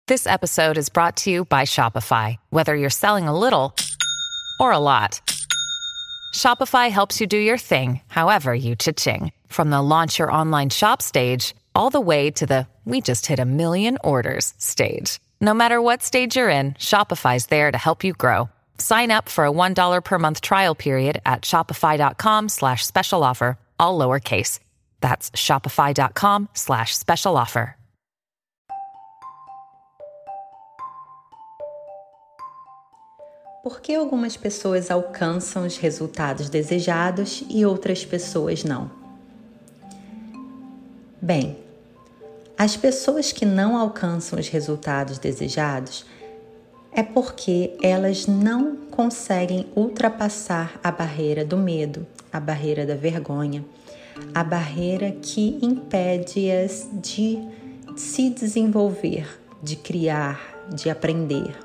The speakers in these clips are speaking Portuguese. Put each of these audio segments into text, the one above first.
This episode is brought to you by Shopify. Whether you're selling a little or a lot, Shopify helps you do your thing, however you cha-ching. From the launch your online shop stage, all the way to the we just hit 1 million orders stage. No matter what stage you're in, Shopify's there to help you grow. Sign up for a $1 per month trial period at shopify.com/special offer, all lowercase. That's shopify.com/special offer. Por que algumas pessoas alcançam os resultados desejados e outras pessoas não? Bem, as pessoas que não alcançam os resultados desejados é porque elas não conseguem ultrapassar a barreira do medo, a barreira da vergonha, a barreira que impede-as de se desenvolver, de criar, de aprender.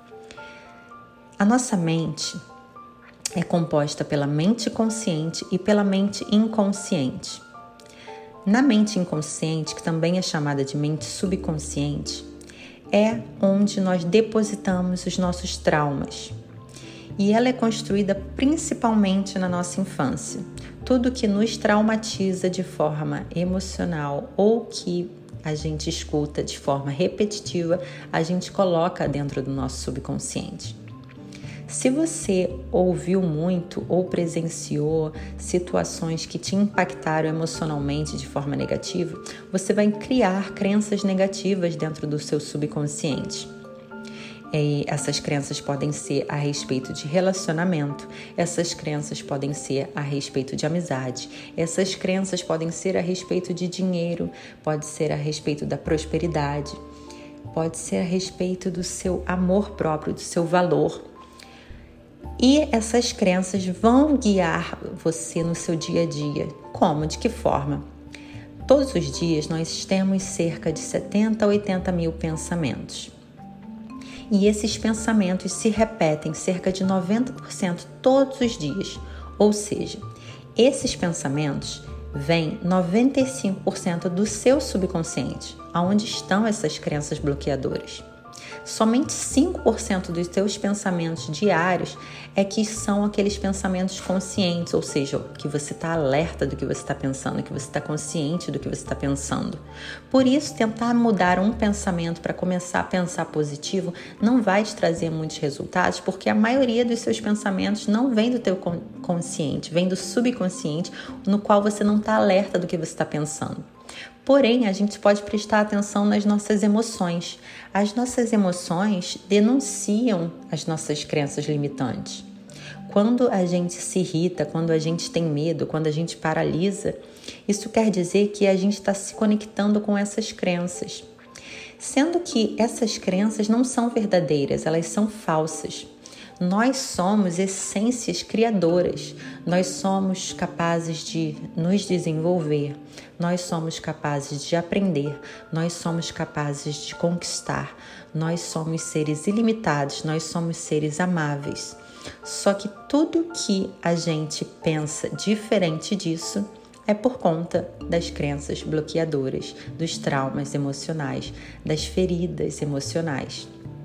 A nossa mente é composta pela mente consciente e pela mente inconsciente. Na mente inconsciente, que também é chamada de mente subconsciente, é onde nós depositamos os nossos traumas. E ela é construída principalmente na nossa infância. Tudo que nos traumatiza de forma emocional ou que a gente escuta de forma repetitiva, a gente coloca dentro do nosso subconsciente. Se você ouviu muito ou presenciou situações que te impactaram emocionalmente de forma negativa, você vai criar crenças negativas dentro do seu subconsciente. E essas crenças podem ser a respeito de relacionamento, essas crenças podem ser a respeito de amizade, essas crenças podem ser a respeito de dinheiro, pode ser a respeito da prosperidade, pode ser a respeito do seu amor próprio, do seu valor. E essas crenças vão guiar você no seu dia a dia. Como? De que forma? Todos os dias nós temos cerca de 70 a 80 mil pensamentos. E esses pensamentos se repetem cerca de 90% todos os dias. Ou seja, esses pensamentos vêm 95% do seu subconsciente, onde estão essas crenças bloqueadoras. Somente 5% dos seus pensamentos diários é que são aqueles pensamentos conscientes, ou seja, que você está alerta do que você está pensando, que você está consciente do que você está pensando. Por isso, tentar mudar um pensamento para começar a pensar positivo não vai te trazer muitos resultados, porque a maioria dos seus pensamentos não vem do teu consciente, vem do subconsciente, no qual você não está alerta do que você está pensando. Porém, a gente pode prestar atenção nas nossas emoções. As nossas emoções denunciam as nossas crenças limitantes. Quando a gente se irrita, quando a gente tem medo, quando a gente paralisa, isso quer dizer que a gente está se conectando com essas crenças. Sendo que essas crenças não são verdadeiras, elas são falsas. Nós somos essências criadoras, nós somos capazes de nos desenvolver, nós somos capazes de aprender, nós somos capazes de conquistar, nós somos seres ilimitados, nós somos seres amáveis. Só que tudo que a gente pensa diferente disso é por conta das crenças bloqueadoras, dos traumas emocionais, das feridas emocionais.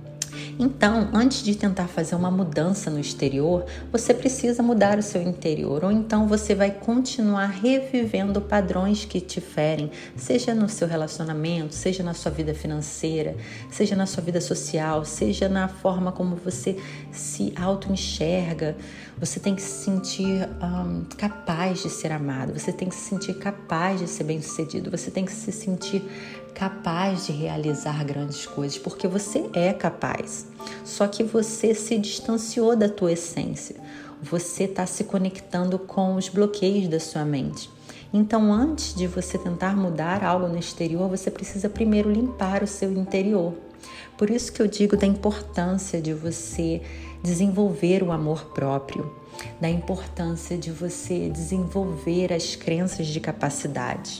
Então, antes de tentar fazer uma mudança no exterior, você precisa mudar o seu interior, ou então você vai continuar revivendo padrões que te ferem, seja no seu relacionamento, seja na sua vida financeira, seja na sua vida social, seja na forma como você se auto-enxerga. Você tem que se sentir capaz de ser amado, você tem que se sentir capaz de ser bem-sucedido, você tem que se sentir capaz de realizar grandes coisas, porque você é capaz. Só que você se distanciou da tua essência. Você está se conectando com os bloqueios da sua mente. Então, antes de você tentar mudar algo no exterior, você precisa primeiro limpar o seu interior. Por isso que eu digo da importância de você desenvolver o amor próprio, da importância de você desenvolver as crenças de capacidade.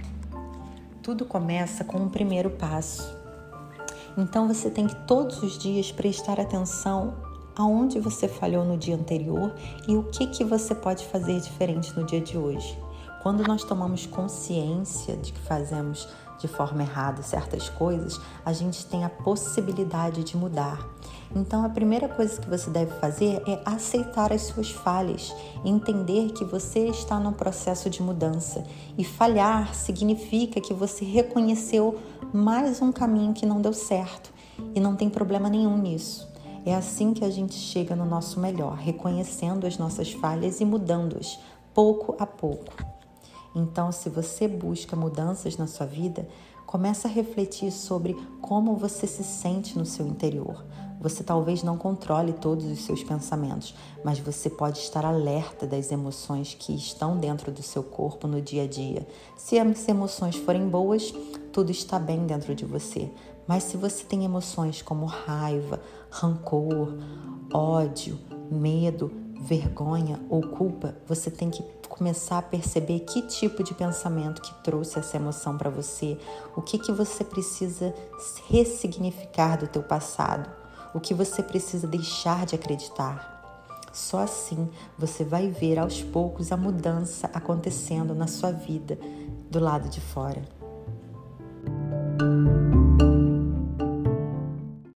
Tudo começa com o primeiro passo. Então você tem que todos os dias prestar atenção aonde você falhou no dia anterior e o que você pode fazer diferente no dia de hoje. Quando nós tomamos consciência de que fazemos de forma errada certas coisas, a gente tem a possibilidade de mudar. Então, a primeira coisa que você deve fazer é aceitar as suas falhas, entender que você está num processo de mudança. E falhar significa que você reconheceu mais um caminho que não deu certo. E não tem problema nenhum nisso. É assim que a gente chega no nosso melhor, reconhecendo as nossas falhas e mudando-as, pouco a pouco. Então, se você busca mudanças na sua vida, começa a refletir sobre como você se sente no seu interior. Você talvez não controle todos os seus pensamentos, mas você pode estar alerta das emoções que estão dentro do seu corpo no dia a dia. Se as emoções forem boas, tudo está bem dentro de você. Mas se você tem emoções como raiva, rancor, ódio, medo, vergonha ou culpa, você tem que começar a perceber que tipo de pensamento que trouxe essa emoção para você, o que você precisa ressignificar do teu passado, o que você precisa deixar de acreditar. Só assim você vai ver aos poucos a mudança acontecendo na sua vida do lado de fora.